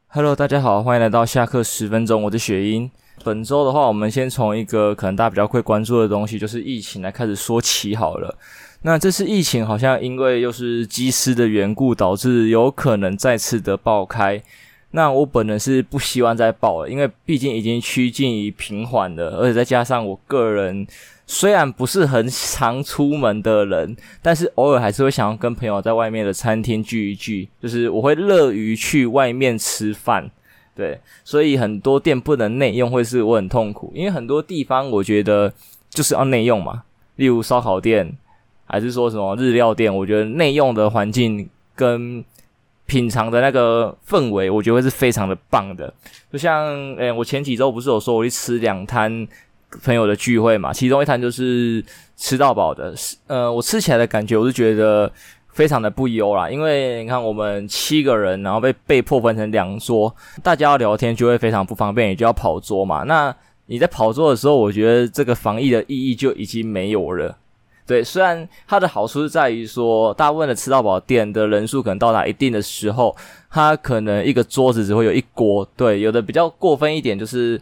Hello，大家好，欢迎来到下课10分钟，我是雪英。本周的话，我们先从一个可能大家比较会关注的东西，就是疫情来开始说起好了。那这次疫情好像因为又是机师的缘故，导致有可能再次的爆开。那我本人是不希望再爆了，因为毕竟已经趋近于平缓了，而且再加上我个人虽然不是很常出门的人，但是偶尔还是会想要跟朋友在外面的餐厅聚一聚，就是我会乐于去外面吃饭，对，所以很多店不能内用会是我很痛苦，因为很多地方我觉得就是要内用嘛，例如烧烤店，还是说什么日料店，我觉得内用的环境跟品尝的那个氛围，我觉得会是非常的棒的。就像我前几周不是有说我去吃2摊朋友的聚会嘛，其中一摊就是吃到饱的，我吃起来的感觉我是觉得非常的不优啦，因为你看我们7个人，然后被迫分成2桌，大家要聊天就会非常不方便，也就要跑桌嘛。那你在跑桌的时候，我觉得这个防疫的意义就已经没有了。对，虽然它的好处是在于说，大部分的吃到饱店的人数可能到达一定的时候，它可能一个桌子只会有1锅。对，有的比较过分一点，就是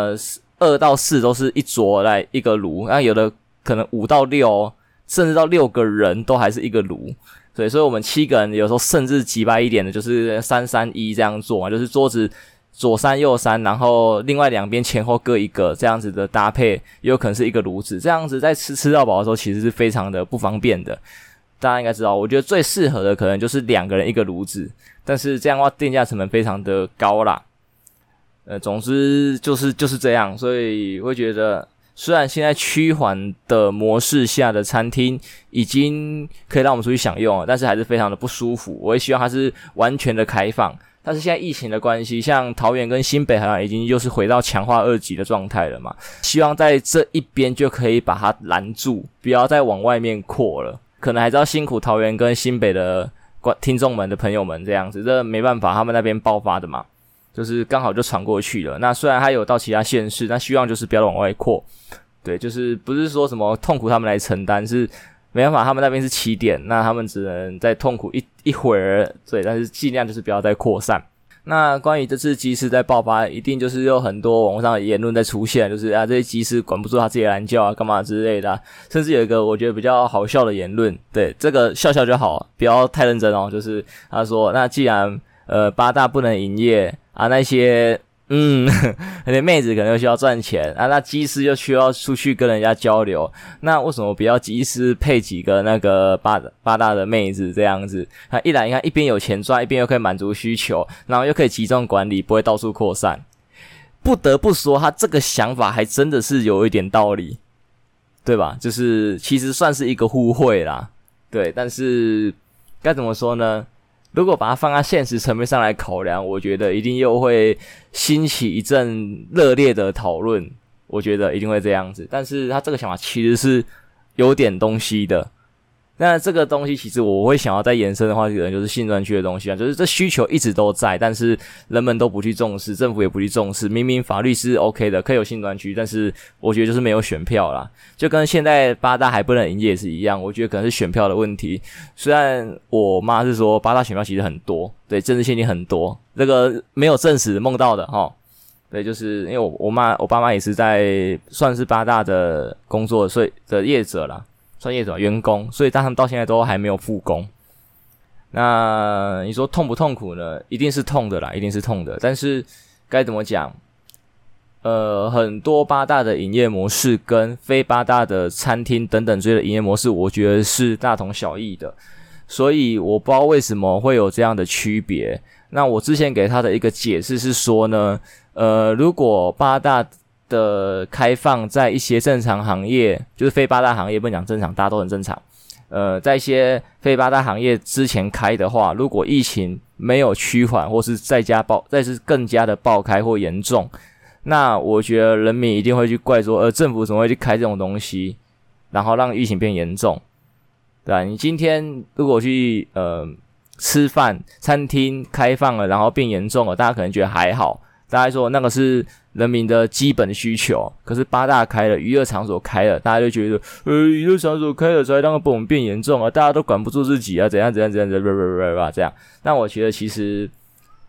2到4都是一桌来一个炉，那有的可能5到6，甚至到6个人都还是一个炉。对，所以我们7个人有时候甚至几百一点的，就是3-3-1这样做嘛，就是桌子左3右3，然后另外2边前后各一个这样子的搭配，也有可能是一个炉子，这样子在吃到饱的时候其实是非常的不方便的。大家应该知道，我觉得最适合的可能就是2个人一个炉子，但是这样的话定价成本非常的高啦。总之就是这样，所以会觉得虽然现在趋缓的模式下的餐厅已经可以让我们出去享用了，但是还是非常的不舒服。我也希望它是完全的开放。但是现在疫情的关系，像桃园跟新北好像已经又是回到强化2级的状态了嘛，希望在这一边就可以把它拦住，不要再往外面扩了。可能还是要辛苦桃园跟新北的听众们的朋友们这样子，这没办法，他们那边爆发的嘛，就是刚好就传过去了。那虽然还有到其他县市，那希望就是不要往外扩。对，就是不是说什么痛苦他们来承担，是没办法，他们那边是起点，那他们只能再痛苦一会儿，对，但是尽量就是不要再扩散。那关于这次机师在爆发，一定就是有很多网络上的言论在出现，就是这些机师管不住他自己的懒觉啊，干嘛之类的啊，甚至有一个我觉得比较好笑的言论，对，这个笑笑就好，不要太认真哦，就是他说，那既然八大不能营业啊，那些那些妹子可能又需要赚钱啊，那机师又需要出去跟人家交流，那为什么不要机师配几个那个八大的妹子这样子？那一来你看一边有钱赚，一边又可以满足需求，然后又可以集中管理，不会到处扩散。不得不说，他这个想法还真的是有一点道理，对吧？就是其实算是一个互惠啦，对，但是该怎么说呢？如果把它放在现实层面上来考量，我觉得一定又会兴起一阵热烈的讨论，我觉得一定会这样子。但是他这个想法其实是有点东西的。那这个东西其实我会想要再延伸的话，可能就是性专区的东西啊，就是这需求一直都在，但是人们都不去重视，政府也不去重视。明明法律是 OK 的，可以有性专区，但是我觉得就是没有选票啦，就跟现在八大还不能营业是一样，我觉得可能是选票的问题。虽然我妈是说八大选票其实很多，对，政治现金很多，这个没有证实梦到的齁。对，就是因为我爸妈也是在算是八大的工作所以的业者啦。算业者员工，所以他们到现在都还没有复工。那你说痛不痛苦呢？一定是痛的啦，一定是痛的。但是该怎么讲？很多八大的营业模式跟非八大的餐厅等等之类的营业模式，我觉得是大同小异的。所以我不知道为什么会有这样的区别。那我之前给他的一个解释是说呢，如果八大的开放在一些正常行业，就是非八大行业，不能讲正常，大家都很正常。在一些非八大行业之前开的话，如果疫情没有趋缓，或是再是更加的爆开或严重，那我觉得人民一定会去怪说，政府怎么会去开这种东西，然后让疫情变严重，对吧？你今天如果去吃饭，餐厅开放了，然后变严重了，大家可能觉得还好。大家说那个是人民的基本需求，可是八大开了，娱乐场所开了，大家就觉得娱乐场所开了才让我们变严重啊，大家都管不住自己啊，怎样这样。那我觉得其实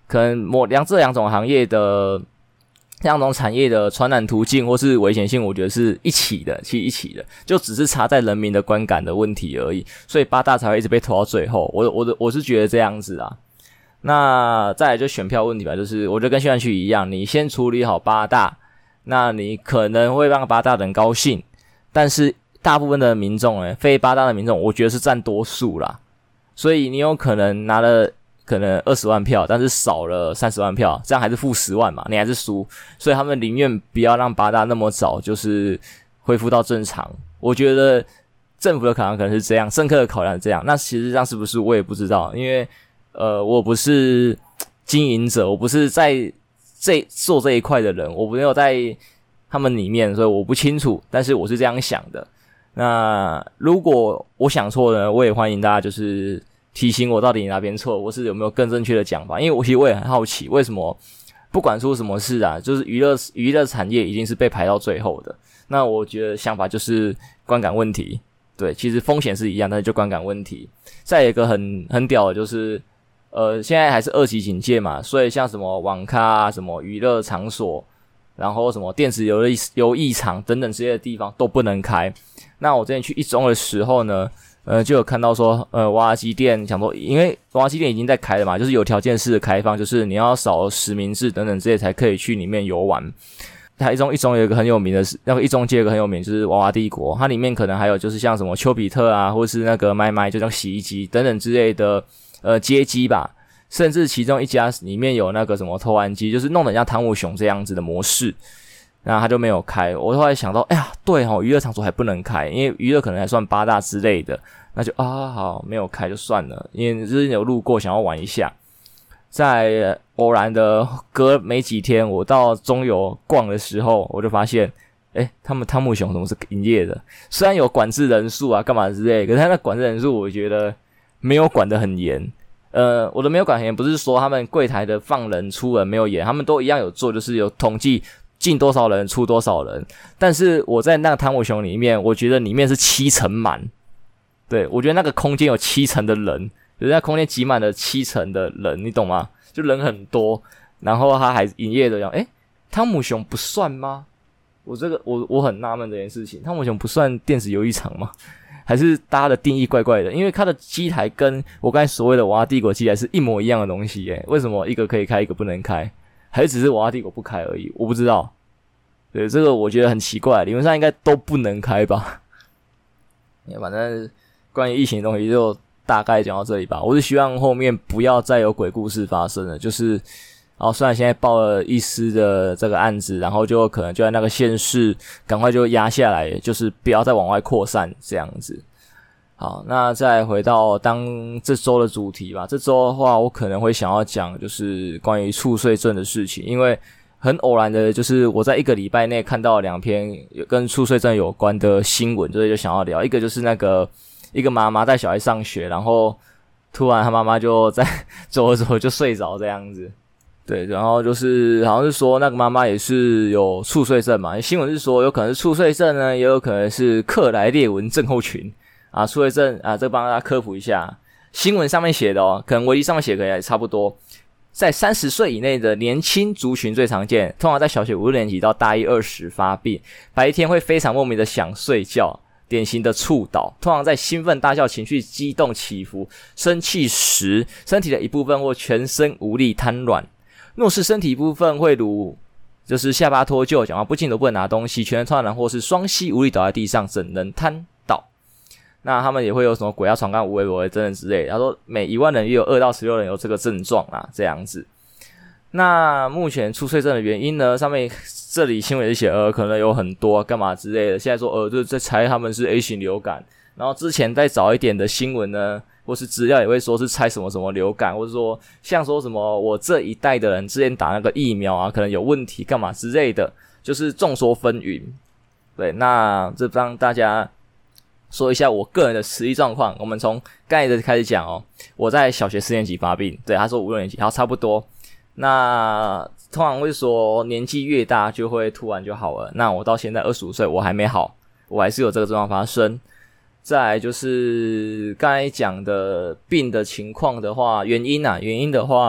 可能这两种行业的这两种产业的传染途径或是危险性，我觉得是一起的，就只是差在人民的观感的问题而已，所以八大才会一直被拖到最后。我是觉得这样子啊。那再来就选票问题吧，就是我觉得跟宣传区一样，你先处理好八大，那你可能会让八大人高兴，但是大部分的民众非八大的民众，我觉得是占多数啦，所以你有可能拿了可能20万票，但是少了30万票，这样还是负10万嘛，你还是输，所以他们宁愿不要让八大那么早就是恢复到正常。我觉得政府的考量可能是这样，政客的考量是这样，那其实这样是不是我也不知道，因为我不是经营者，我不是在做这一块的人，我没有在他们里面，所以我不清楚，但是我是这样想的。那如果我想错了，我也欢迎大家就是提醒我到底哪边错，我是有没有更正确的讲法，因为其实我也很好奇，为什么不管出什么事啊，就是娱乐产业已经是被排到最后的。那我觉得想法就是观感问题，对，其实风险是一样，但是就观感问题。再有一个很屌的就是现在还是2级警戒嘛，所以像什么网咖啊、什么娱乐场所，然后什么电子游艺场等等之类的地方都不能开。那我之前去一中的时候呢，就有看到说，娃娃机店想说，因为娃娃机店已经在开了嘛，就是有条件式的开放，就是你要扫实名制等等这些才可以去里面游玩。它一中有一个很有名的是，那个一中街有个很有名就是娃娃帝国，它里面可能还有就是像什么丘比特啊，或是那个麦就像洗衣机等等之类的街机吧，甚至其中一家里面有那个什么投篮机，就是弄得像汤姆熊这样子的模式。那他就没有开，我后来想到，哎呀，对齁，娱乐场所还不能开，因为娱乐可能还算8大之类的，那就好，没有开就算了，因为之前有路过想要玩一下。在偶然的隔没几天，我到中油逛的时候，我就发现，他们汤姆熊怎么是营业的？虽然有管制人数啊，干嘛之类的，可是他那管制人数，我觉得没有管得很严。我的没有管很严，不是说他们柜台的放人出人没有严，他们都一样有做，就是有统计进多少人出多少人。但是我在那个汤姆熊里面，我觉得里面是70%满，对，我觉得那个空间有70%的人。就是那空间挤满了70%的人，你懂吗？就人很多，然后他还营业的讲，汤姆熊不算吗？我很纳闷这件事情，汤姆熊不算电子游艺场吗？还是大家的定义怪怪的？因为它的机台跟我刚才所谓的娃娃帝国机台是一模一样的东西为什么一个可以开，一个不能开？还是只是娃娃帝国不开而已？我不知道。对，这个我觉得很奇怪，理论上应该都不能开吧？反正关于疫情的东西就大概讲到这里吧。我是希望后面不要再有鬼故事发生了，就是虽然现在报了一丝的这个案子，然后就可能就在那个县市赶快就压下来，就是不要再往外扩散这样子。好，那再回到这周的主题吧。这周的话，我可能会想要讲就是关于猝睡症的事情，因为很偶然的就是我在1个礼拜内看到2篇跟猝睡症有关的新闻，所以就想要聊。一个就是那个一个妈妈带小孩上学，然后突然她妈妈就在走着走着就睡着这样子。对，然后就是好像是说那个妈妈也是有猝睡症嘛，新闻是说有可能是猝睡症呢，也有可能是克莱列文症候群啊。猝睡症啊，这帮大家科普一下，新闻上面写的可能维基上面写的也差不多。在30岁以内的年轻族群最常见，通常在小学5、6年级到大一20发病，白天会非常莫名的想睡觉，典型的猝倒，通常在兴奋大笑、情绪激动起伏、生气时，身体的一部分或全身无力瘫软。若是身体部分会如就是下巴脱臼、讲话不清都不能拿东西、全身瘫软或是双膝无力倒在地上，整人瘫倒。那他们也会有什么鬼压床、无为等等之类的。他说每1万人也有2到16人有这个症状啦，这样子。那目前猝睡症的原因呢？上面这里新闻也写可能有很多干嘛之类的。现在说就在猜他们是 A 型流感，然后之前再早一点的新闻呢，或是资料也会说是猜什么什么流感，或者说像说什么我这一代的人之前打那个疫苗啊，可能有问题干嘛之类的，就是众说纷纭。对，那这帮大家说一下我个人的实际状况。我们从刚才的开始讲我在小学4年级发病，对，他说5、6年级，好，差不多。那通常会说年纪越大就会突然就好了，那我到现在25岁我还没好，我还是有这个状况发生。再来就是刚才讲的病的情况的话，原因的话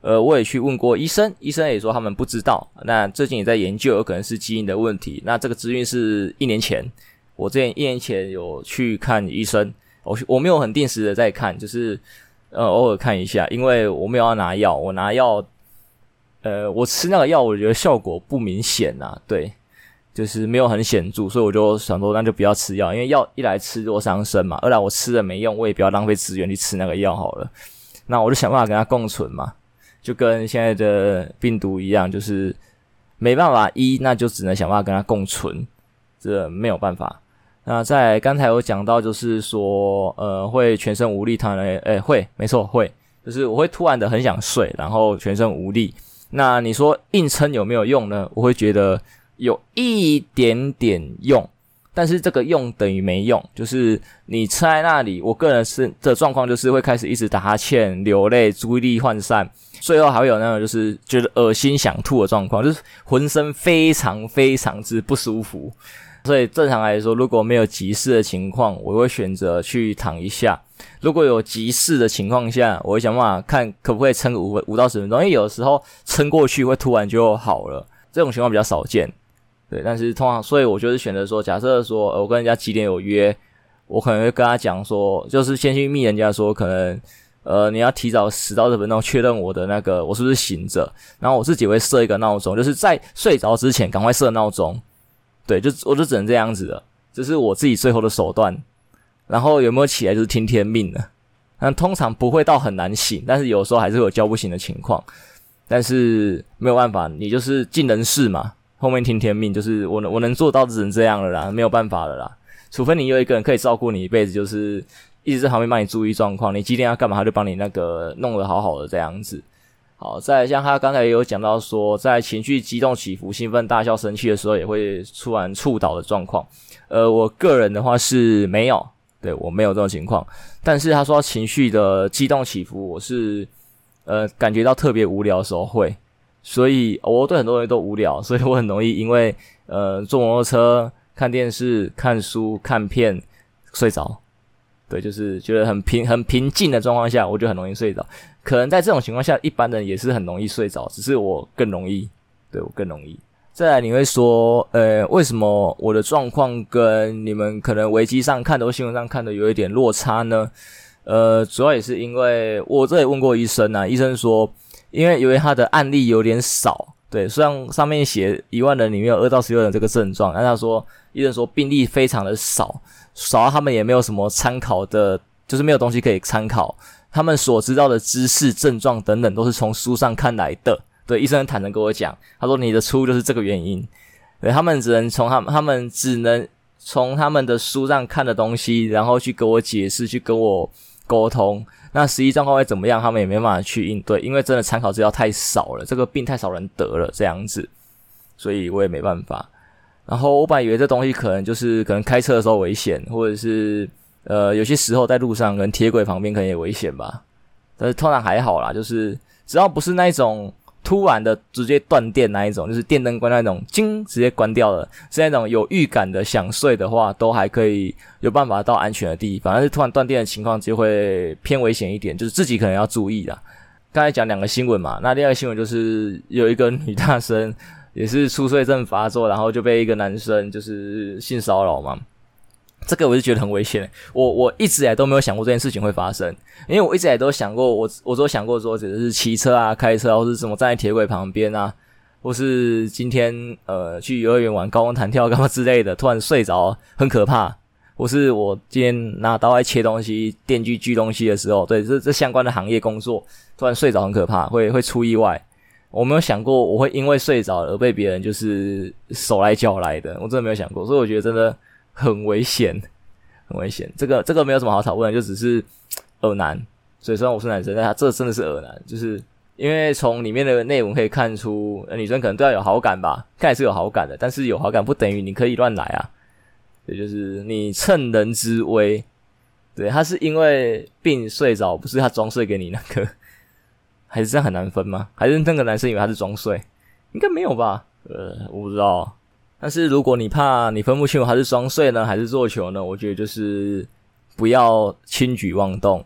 我也去问过医生，医生也说他们不知道。那最近也在研究，有可能是基因的问题。那这个资讯是1年前，我之前1年前有去看医生，我没有很定时的在看，就是偶尔看一下，因为我没有要拿药，我拿药，我吃那个药，我觉得效果不明显啊，对，就是没有很显著，所以我就想说，那就不要吃药，因为药一来吃多伤身嘛，二来我吃了没用，我也不要浪费资源去吃那个药好了。那我就想办法跟它共存嘛。就跟现在的病毒一样，就是没办法那就只能想办法跟它共存，这没有办法。那在刚才有讲到，就是说会全身无力，会，没错，会，就是我会突然的很想睡，然后全身无力。那你说硬撑有没有用呢？我会觉得有一点点用，但是这个用等于没用，就是你撑在那里，我个人的状况就是会开始一直打哈欠、流泪、注意力涣散。最后还会有那种就是觉得恶心想吐的状况，就是浑身非常非常之不舒服。所以正常来说，如果没有急事的情况，我会选择去躺一下。如果有急事的情况下，我会想办法看可不可以撑个5到10分钟，因为有的时候撑过去会突然就好了，这种情况比较少见。对，但是通常，所以我就是选择说，假设说我跟人家几点有约，我可能会跟他讲说，就是先去密人家说，可能你要提早10到20分钟确认我的那个我是不是醒着，然后我自己会设一个闹钟，就是在睡着之前赶快设闹钟。对，我就只能这样子了，这是我自己最后的手段。然后有没有起来就是听天命了。那通常不会到很难醒，但是有时候还是会有叫不醒的情况。但是没有办法，你就是尽人事嘛，后面听天命，就是我能做到只能这样了啦，没有办法了啦。除非你有一个人可以照顾你一辈子，就是一直在旁边帮你注意状况，你几点要干嘛，他就帮你那个弄得好好的这样子。好，再来像他刚才也有讲到说，在情绪激动起伏、兴奋、大笑、生气的时候，也会突然猝倒的状况。我个人的话是没有，对，我没有这种情况。但是他说情绪的激动起伏，我是感觉到特别无聊的时候会，所以我对很多人都无聊，所以我很容易因为坐摩托车、看电视、看书、看片睡着。对，就是觉得很平静的状况下，我就很容易睡着。可能在这种情况下，一般人也是很容易睡着，只是我更容易，对，我更容易。再来你会说，为什么我的状况跟你们可能维基上看的或新闻上看的有一点落差呢？主要也是因为我这里问过医生啊，医生说，因为他的案例有点少，对，虽然上面写1万人里面有2到16人这个症状，但他说医生说病例非常的少到他们也没有什么参考的，就是没有东西可以参考，他们所知道的知识、症状等等都是从书上看来的。对，医生坦诚跟我讲，他说你的出就是这个原因。对，他们只能从他们的书上看的东西，然后去给我解释，去跟我沟通。那实际状况会怎么样，他们也没办法去应对，因为真的参考资料太少了，这个病太少人得了这样子，所以我也没办法。然后我本来以为这东西可能开车的时候危险，或者是有些时候在路上可能铁轨旁边可能也危险吧，但是通常还好啦，就是只要不是那一种突然的直接断电那一种，就是电灯关那种叮直接关掉了，是那种有预感的想睡的话，都还可以有办法到安全的地方。但是突然断电的情况就会偏危险一点，就是自己可能要注意啦。刚才讲2个新闻嘛，那第2个新闻就是有一个女大生也是猝睡症发作，然后就被一个男生就是性骚扰嘛。这个我就觉得很危险。我一直以来都没有想过这件事情会发生，因为我一直以来都想过，我都想过说，只是骑车啊、开车啊，或是什么站在铁轨旁边啊，或是今天去游乐园玩高空弹跳干嘛之类的，突然睡着很可怕。或是我今天拿刀来切东西、电锯锯东西的时候，对，这相关的行业工作，突然睡着很可怕，会出意外。我没有想过我会因为睡着而被别人就是手来脚来的，我真的没有想过，所以我觉得真的很危险，很危险。这个没有什么好讨论的，就只是恶男。所以虽然我是男生，但他这真的是恶男，就是因为从里面的内容可以看出，女生可能对他有好感吧，看来是有好感的，但是有好感不等于你可以乱来啊。对，就是你趁人之危。对，他是因为病睡着，不是他装睡给你那个。还是这样很难分吗？还是那个男生以为他是装睡？应该没有吧？我不知道。但是如果你怕你分不清楚他是装睡呢，还是做球呢？我觉得就是不要轻举妄动。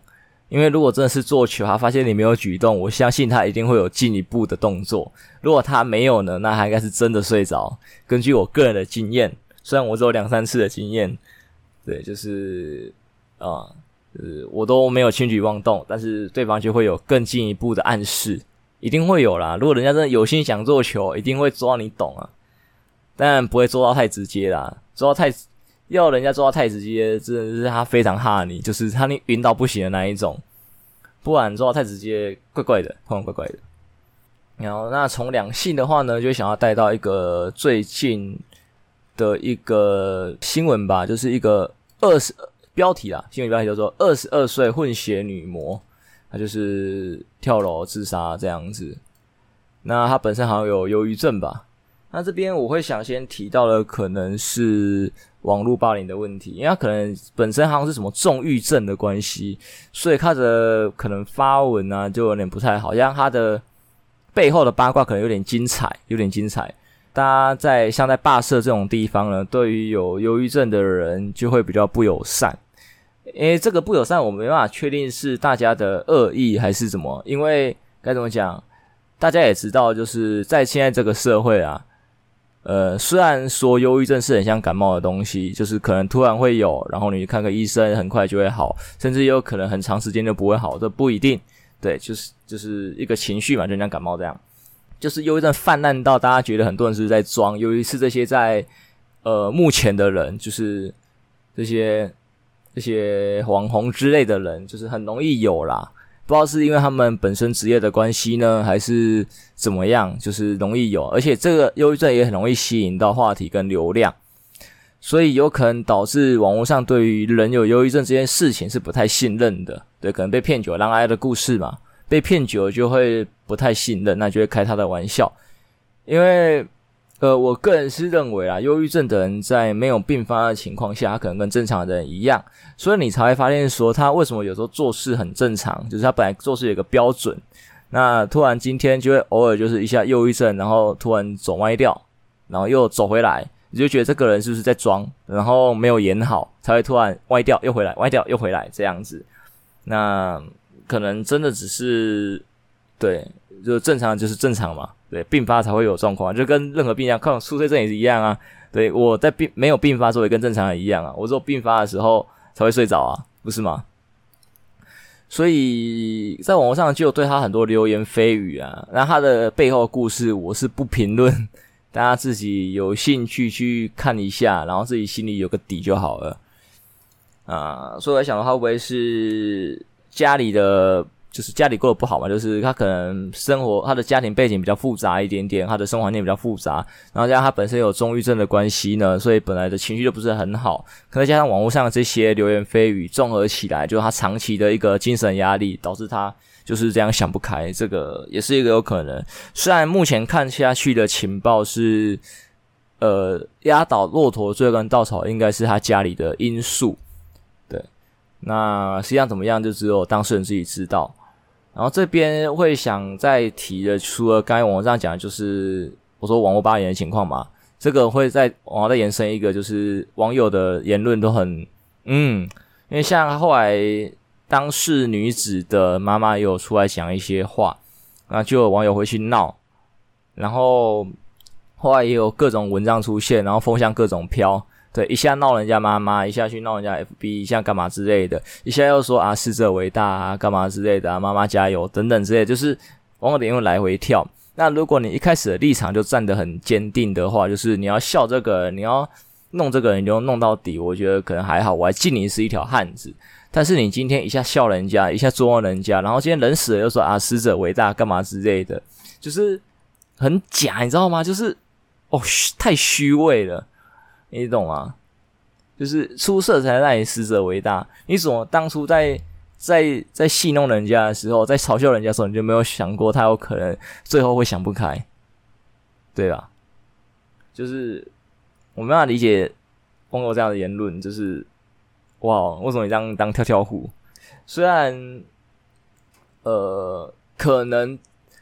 因为如果真的是做球，他发现你没有举动，我相信他一定会有进一步的动作。如果他没有呢，那他应该是真的睡着。根据我个人的经验，虽然我只有2-3次的经验，对，就是我都没有轻举妄动，但是对方就会有更进一步的暗示，一定会有啦。如果人家真的有心想做球，一定会做到你懂啊，当然不会做到太直接啦，要人家做到太直接，真的是他非常哈你，就是他你晕到不行的那一种，不然做到太直接，怪怪的，通常怪怪的。然后那从两性的话呢，就想要带到一个最近的一个新闻吧，就是一个标题啦，新闻标题叫做22岁混血女模，她就是跳楼自杀这样子。那她本身好像有忧郁症吧。那这边我会想先提到的可能是网络霸凌的问题，因为他可能本身好像是什么重郁症的关系，所以他的可能发文啊就有点不太好，像他的背后的八卦可能有点精彩。大家像在霸社这种地方呢，对于有忧郁症的人就会比较不友善。因为这个不友善我没办法确定是大家的恶意还是什么，因为该怎么讲，大家也知道就是在现在这个社会啊，虽然说忧郁症是很像感冒的东西，就是可能突然会有，然后你去看个医生很快就会好，甚至也有可能很长时间就不会好，这不一定。对，就是一个情绪嘛，就像感冒这样。就是忧郁症泛滥到大家觉得很多人是不是在装，尤其是这些在目前的人，就是这些网红之类的人，就是很容易有啦。不知道是因为他们本身职业的关系呢，还是怎么样，就是容易有，而且这个忧郁症也很容易吸引到话题跟流量，所以有可能导致网络上对于人有忧郁症这件事情是不太信任的。对，可能被骗久了，让爱的故事嘛，被骗久了就会不太信任，那就会开他的玩笑。因为我个人是认为啦，忧郁症的人在没有并发的情况下，他可能跟正常的人一样，所以你才会发现说他为什么有时候做事很正常，就是他本来做事有一个标准，那突然今天就会偶尔就是一下忧郁症，然后突然走歪掉，然后又走回来，你就觉得这个人是不是在装，然后没有演好，才会突然歪掉又回来，歪掉又回来这样子。那可能真的只是对，就正常就是正常嘛。对，并发才会有状况，就跟任何病一样，看宿醉症也是一样啊。对，我在没有并发的时候也跟正常人一样啊，我只有并发的时候才会睡着啊，不是吗？所以在网络上就有对他很多流言蜚语啊，那他的背后的故事我是不评论，大家自己有兴趣去看一下，然后自己心里有个底就好了所以我在想他会不会是家里的，就是家里过得不好嘛，就是他可能他的家庭背景比较复杂一点点，他的生活环境比较复杂，然后加上他本身有重郁症的关系呢，所以本来的情绪就不是很好，可能加上网络上这些流言蜚语综合起来，就是他长期的一个精神压力，导致他就是这样想不开，这个也是一个有可能。虽然目前看下去的情报是压倒骆驼最后一根稻草应该是他家里的因素，对，那实际上怎么样就只有当事人自己知道。然后这边会想再提的，除了刚才网络上讲的就是我说网络霸凌的情况嘛，这个会在网络再延伸一个，就是网友的言论都很因为像后来当事女子的妈妈也有出来讲一些话，那就有网友会去闹，然后后来也有各种文章出现，然后风向各种飘，对，一下闹人家妈妈，一下去闹人家 FB， 一下干嘛之类的，一下又说逝者为大啊，干嘛之类的啊，妈妈加油等等之类的，就是网友的言论来回跳。那如果你一开始的立场就站得很坚定的话，就是你要笑这个人，你要弄这个人，你就弄到底，我觉得可能还好，我还敬你是一条汉子。但是你今天一下笑人家，一下捉弄人家，然后今天人死了又说死者为大干嘛之类的，就是很假，你知道吗？就是太虚伪了，你懂吗？就是出色才让你死者为大，你怎么当初在戏弄人家的时候，在嘲笑人家的时候，你就没有想过他有可能最后会想不开，对吧？就是我没办法理解网友这样的言论，就是哇，为什么你这样当跳跳虎？虽然可能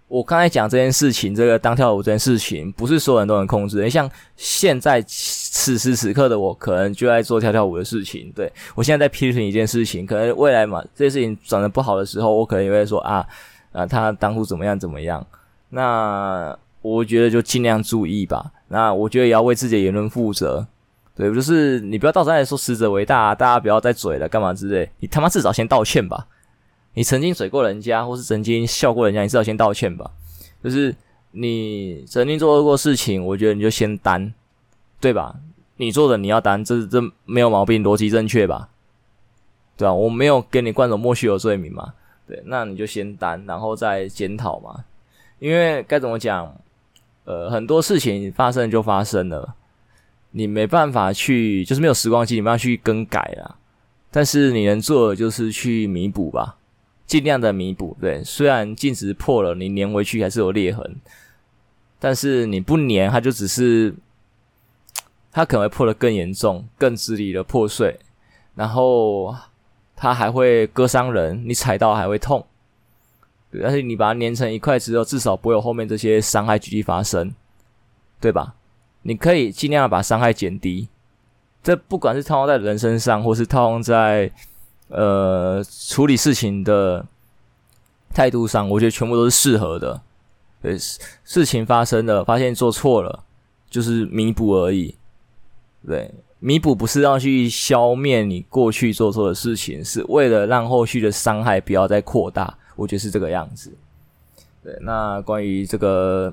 我刚才讲这件事情，这个当跳舞这件事情，不是所有人都能控制的。像现在此时此刻的我，可能就在做跳舞的事情。对，我现在在批评一件事情，可能未来嘛，这件事情转得不好的时候，我可能也会说他当初怎么样怎么样。那我觉得就尽量注意吧。那我觉得也要为自己的言论负责。对，就是你不要到时候来说死者为大，大家不要再嘴了，干嘛之类。你他妈至少先道歉吧。你曾经嘴过人家，或是曾经笑过人家，你至少先道歉吧。就是你曾经做过事情，我觉得你就先担，对吧？你做的你要担，这没有毛病，逻辑正确吧？对吧？我没有给你冠什么莫须有罪名嘛，对，那你就先担，然后再检讨嘛。因为该怎么讲，很多事情发生就发生了，你没办法去，就是没有时光机，你没办法去更改啦。但是你能做的就是去弥补吧。尽量的弥补，对，虽然镜子破了，你粘回去还是有裂痕，但是你不粘，它就只是，它可能会破得更严重，更支离的破碎，然后它还会割伤人，你踩到还会痛，对，但是你把它粘成一块之后，至少不会有后面这些伤害继续发生，对吧？你可以尽量的把伤害减低，这不管是套用在人身上，或是套用在处理事情的态度上，我觉得全部都是适合的。对，事情发生了，发现做错了，就是弥补而已。对，弥补不是要去消灭你过去做错的事情，是为了让后续的伤害不要再扩大。我觉得是这个样子。对，那关于这个，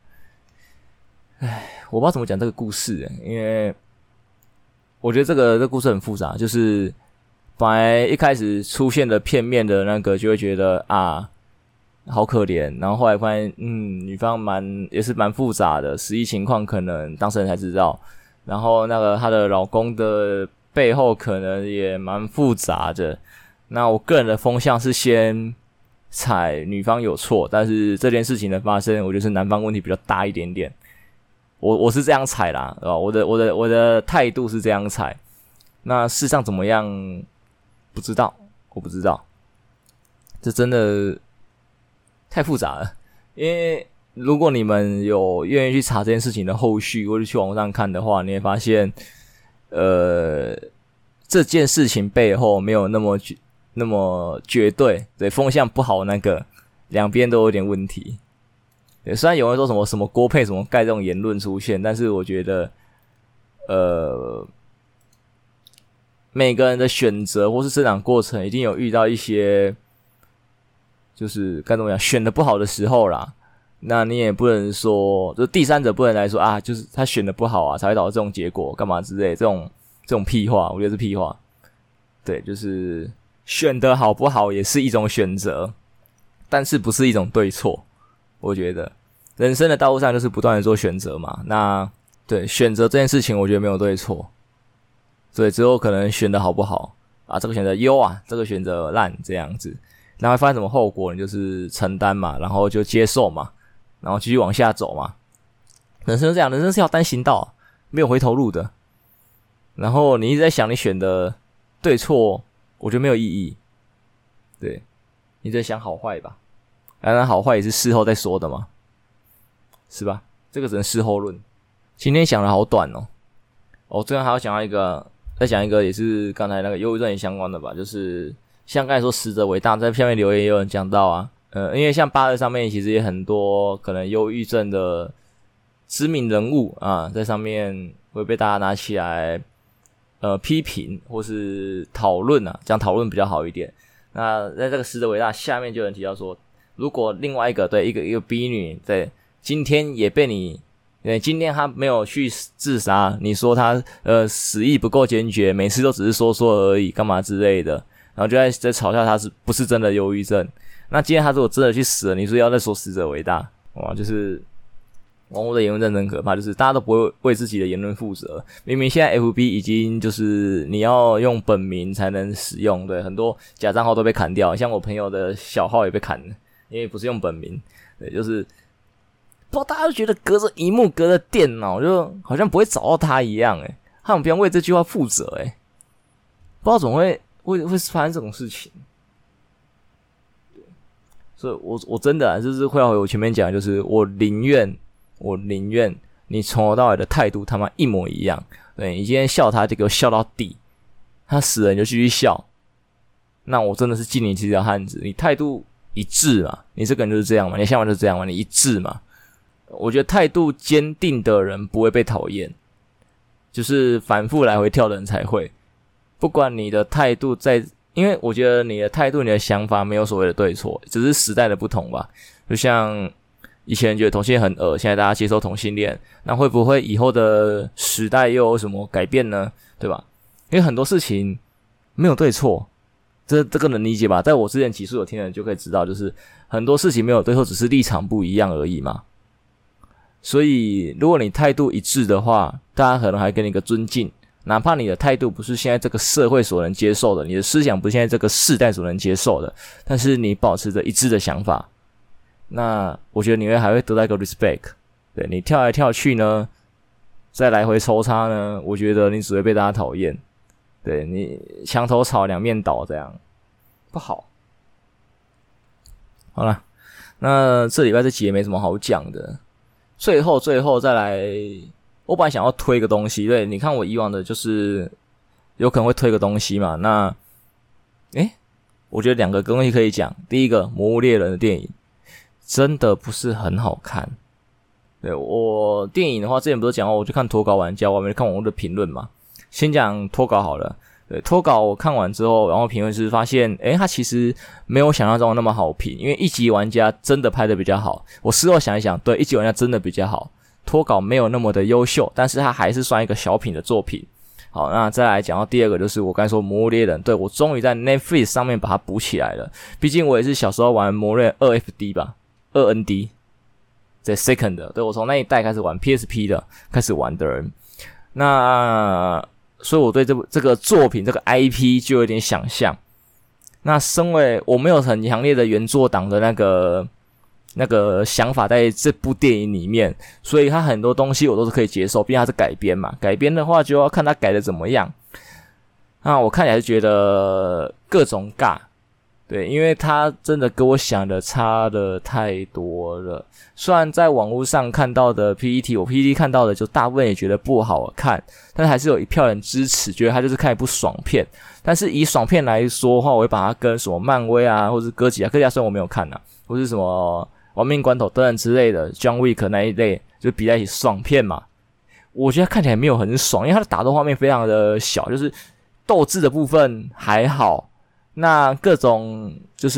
我不知道怎么讲这个故事，因为我觉得这个故事很复杂，就是。本来一开始出现的片面的那个就会觉得好可怜，然后后来发现女方也是蛮复杂的，实际情况可能当事人才知道，然后那个她的老公的背后可能也蛮复杂的。那我个人的风向是先踩女方有错，但是这件事情的发生，我觉得是男方问题比较大一点点。我是这样踩啦，对吧？我的态度是这样踩。那事实上怎么样？不知道，我不知道，这真的太复杂了。因为如果你们有愿意去查这件事情的后续，或者去网上看的话，你会发现，这件事情背后没有那么绝对，对，风向不好那个，两边都有点问题。对，虽然有人说什么锅配什么盖这种言论出现，但是我觉得，每个人的选择或是成长过程，一定有遇到一些，就是该怎么讲，选的不好的时候啦。那你也不能说，就第三者不能来说就是他选的不好啊，才会导致这种结果，干嘛之类，这种屁话，我觉得是屁话。对，就是选的好不好也是一种选择，但是不是一种对错。我觉得人生的道路上就是不断的做选择嘛。那对选择这件事情，我觉得没有对错。对，之后可能选的好不好这个选择优这个选择烂这样子，然后发生什么后果，你就是承担嘛，然后就接受嘛，然后继续往下走嘛。人生是这样，人生是要单行道，没有回头路的。然后你一直在想你选的对错，我觉得没有意义。对，你在想好坏吧，当然好坏也是事后再说的嘛，是吧？这个只能事后论。今天讲的好短最后还要讲到再讲一个也是刚才那个忧郁症也相关的吧，就是像刚才说死者为大，在下面留言也有人讲到因为像822上面其实也很多可能忧郁症的知名人物在上面会被大家拿起来批评或是讨论讲讨论比较好一点。那在这个死者为大下面就有人提到说，如果另外一个对一个 B 女对今天也被你今天他没有去自杀，你说他死意不够坚决，每次都只是说说而已，干嘛之类的，然后就在嘲笑他是不是真的忧郁症。那今天他如果真的去死了，你说要再说死者为大，就是网络的言论真的很可怕，就是大家都不会为自己的言论负责。明明现在 FB 已经就是你要用本名才能使用，对，很多假账号都被砍掉，像我朋友的小号也被砍了，因为不是用本名，对，就是不知道大家都觉得隔着萤幕隔着电脑就好像不会找到他一样他们不用为这句话负责不知道怎么会发生这种事情。 所以我真的就是会回我前面讲，就是我宁愿你从头到尾的态度他妈一模一样。对，你今天笑他就给我笑到底，他死了你就继续笑，那我真的是敬你这条汉子。你态度一致嘛，你这个人就是这样嘛，你想法就是这样嘛，你一致嘛。我觉得态度坚定的人不会被讨厌，就是反复来回跳的人才会。不管你的态度因为我觉得你的态度、你的想法没有所谓的对错，只是时代的不同吧。就像以前觉得同性恋很恶，现在大家接受同性恋，那会不会以后的时代又有什么改变呢？对吧？因为很多事情没有对错，这个能理解吧？在我之前集数有听的人就可以知道，就是很多事情没有对错，只是立场不一样而已嘛。所以如果你态度一致的话，大家可能还给你一个尊敬。哪怕你的态度不是现在这个社会所能接受的，你的思想不是现在这个世代所能接受的，但是你保持着一致的想法，那我觉得你还会得到一个 respect。 对，你跳来跳去呢，再来回抽插呢，我觉得你只会被大家讨厌。对，你墙头草两面倒，这样不好。好啦，那这礼拜这集也没什么好讲的，最后再来，我本来想要推个东西。对，你看我以往的就是有可能会推个东西嘛，那我觉得2个东西可以讲。第一个，魔物猎人的电影真的不是很好看。对，我电影的话之前不是讲过，我就看脱稿玩家，我还没看网络的评论嘛。先讲脱稿好了。对，脱稿我看完之后，然后评论是发现它其实没有想象中的那么好评，因为一级玩家真的拍得比较好。我事后想一想，对，一级玩家真的比较好，脱稿没有那么的优秀，但是它还是算一个小品的作品。好，那再来讲到第二个，就是我刚才说魔物猎人，对，我终于在 Netflix 上面把它补起来了。毕竟我也是小时候玩魔物猎人 2FD 吧， 2ND 在 Second 的，对，我从那一代开始玩 PSP 的开始玩的人。那所以我对这个作品这个 IP 就有点想象。那身为我没有很强烈的原作党的那个想法在这部电影里面，所以它很多东西我都是可以接受，毕竟它是改编嘛，改编的话就要看它改的怎么样。那我看起来是觉得各种尬，对，因为它真的跟我想的差的太多了。虽然在网络上看到的 PPT， 我 PPT 看到的就大部分也觉得不好看，但是还是有一票人支持，觉得它就是看一部爽片。但是以爽片来说的话，我会把它跟什么漫威啊，或者是哥吉拉虽然我没有看啊，或是什么亡命关头等等之类的 John Wick 那一类，就比在一起爽片嘛。我觉得看起来没有很爽，因为它的打斗画面非常的小，就是斗志的部分还好，那各种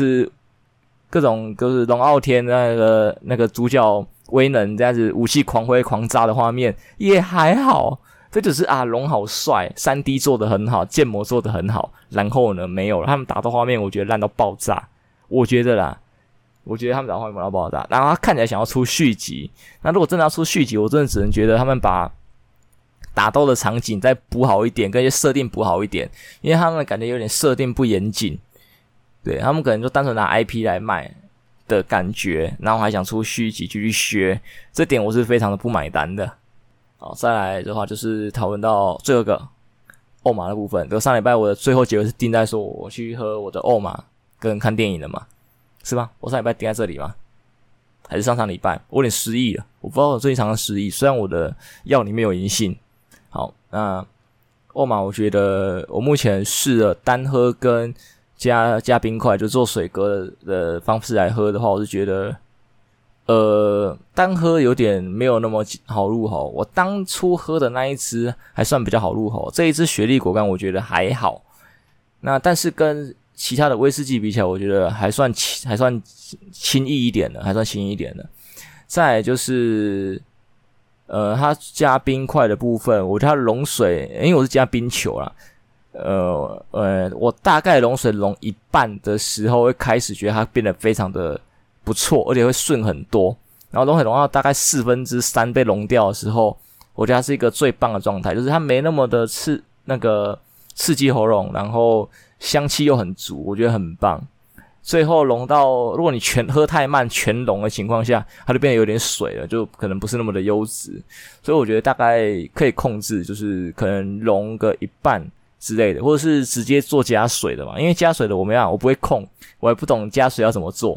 龙傲天那个主角威能这样子武器狂挥狂炸的画面也还好，这就是龙好帅 3D 做得很好，建模做得很好，然后呢没有了，他们打斗画面我觉得烂到爆炸，我觉得他们打斗画面烂到爆炸，然后他看起来想要出续集，那如果真的要出续集，我真的只能觉得他们把打斗的场景再补好一点，跟一些设定补好一点，因为他们感觉有点设定不严谨。对，他们可能就单纯拿 IP 来卖的感觉，然后还想出续集继续削，这点我是非常的不买单的。好，再来的话就是讨论到最后一个欧玛的部分。上礼拜我的最后结尾是定在说我去喝我的欧玛跟看电影了嘛，是吗？我上礼拜定在这里吗？还是上礼拜？我有点失忆了，我不知道我最近常常失忆，虽然我的药里面有银杏。好，那欧玛我觉得我目前试了单喝跟加冰块，就做水哥的方式来喝的话，我是觉得单喝有点没有那么好入口。我当初喝的那一支还算比较好入口，这一支雪莉果干我觉得还好。那但是跟其他的威士忌比起来，我觉得还算轻易一点的，再来就是它加冰块的部分，我觉得它溶水，因为我是加冰球啦。我大概溶水溶一半的时候，会开始觉得它变得非常的不错，而且会顺很多。然后溶水溶到大概3/4被溶掉的时候，我觉得它是一个最棒的状态，就是它没那么的刺激喉咙，然后香气又很足，我觉得很棒。最后溶到，如果你全喝太慢全溶的情况下，它就变得有点水了，就可能不是那么的优质。所以我觉得大概可以控制，就是可能溶个一半之类的，或者是直接做加水的嘛，因为加水的我不会控，我也不懂加水要怎么做。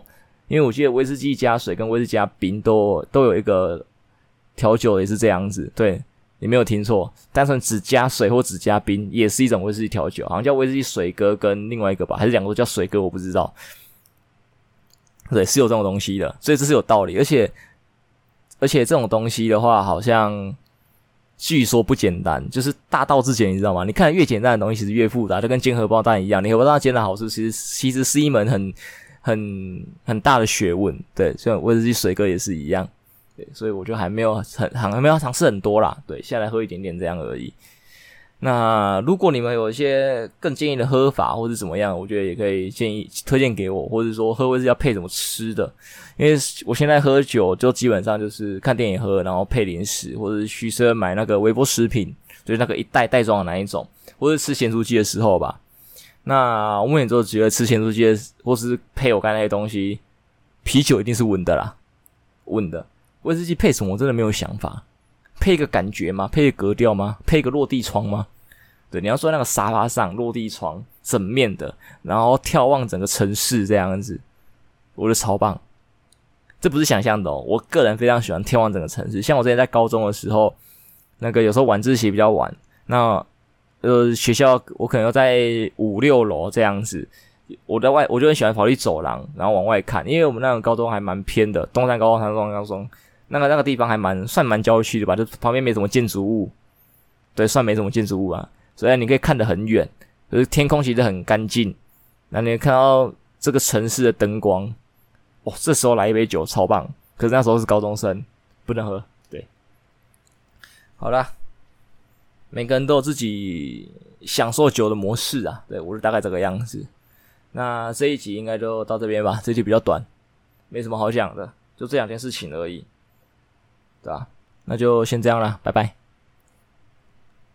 因为我记得威士忌加水跟威士忌加冰都有一个调酒也是这样子，对，你没有听错，单纯只加水或只加冰也是一种威士忌调酒，好像叫威士忌水哥跟另外一个吧，还是两个都叫水哥，我不知道。对，是有这种东西的，所以这是有道理，而且这种东西的话，好像据说不简单，就是大道至简，你知道吗？你看越简单的东西其实越复杂，就跟煎荷包蛋一样，你荷包蛋煎的好吃，其实是一门很大的学问。对，所以威士忌水哥也是一样。对，所以我就还没有尝试很多啦。对，下来喝一点点这样而已。那如果你们有一些更建议的喝法或是怎么样，我觉得也可以推荐给我，或者说喝威士忌要配什么吃的。因为我现在喝酒就基本上就是看电影喝，然后配零食，或者是虚奢买那个微波食品，就是那个一袋装的那一种，或者吃咸酥鸡的时候吧。那我目前就觉得吃咸酥鸡或是配我刚才那些东西，啤酒一定是稳的啦，稳的。威士忌配什么我真的没有想法，配一个感觉吗？配一个格调吗？配一个落地窗吗？对，你要说那个沙发上落地窗整面的，然后眺望整个城市这样子，我觉得超棒。这不是想象的哦，我个人非常喜欢眺望整个城市。像我之前在高中的时候，那个有时候晚自习比较晚，那学校我可能要在5、6楼这样子，我就很喜欢跑去走廊，然后往外看，因为我们那个高中还蛮偏的，东山高中、东山高中，那个地方还算蛮郊区的吧，就旁边没什么建筑物，对，算没什么建筑物啊，所以你可以看得很远，就是天空其实很干净，那你看到这个城市的灯光，这时候来一杯酒超棒，可是那时候是高中生，不能喝，对，好啦，每个人都有自己享受酒的模式啊，对，我是大概这个样子。那这一集应该就到这边吧，这一集比较短，没什么好讲的，就这2件事情而已，对吧？那就先这样啦，拜拜。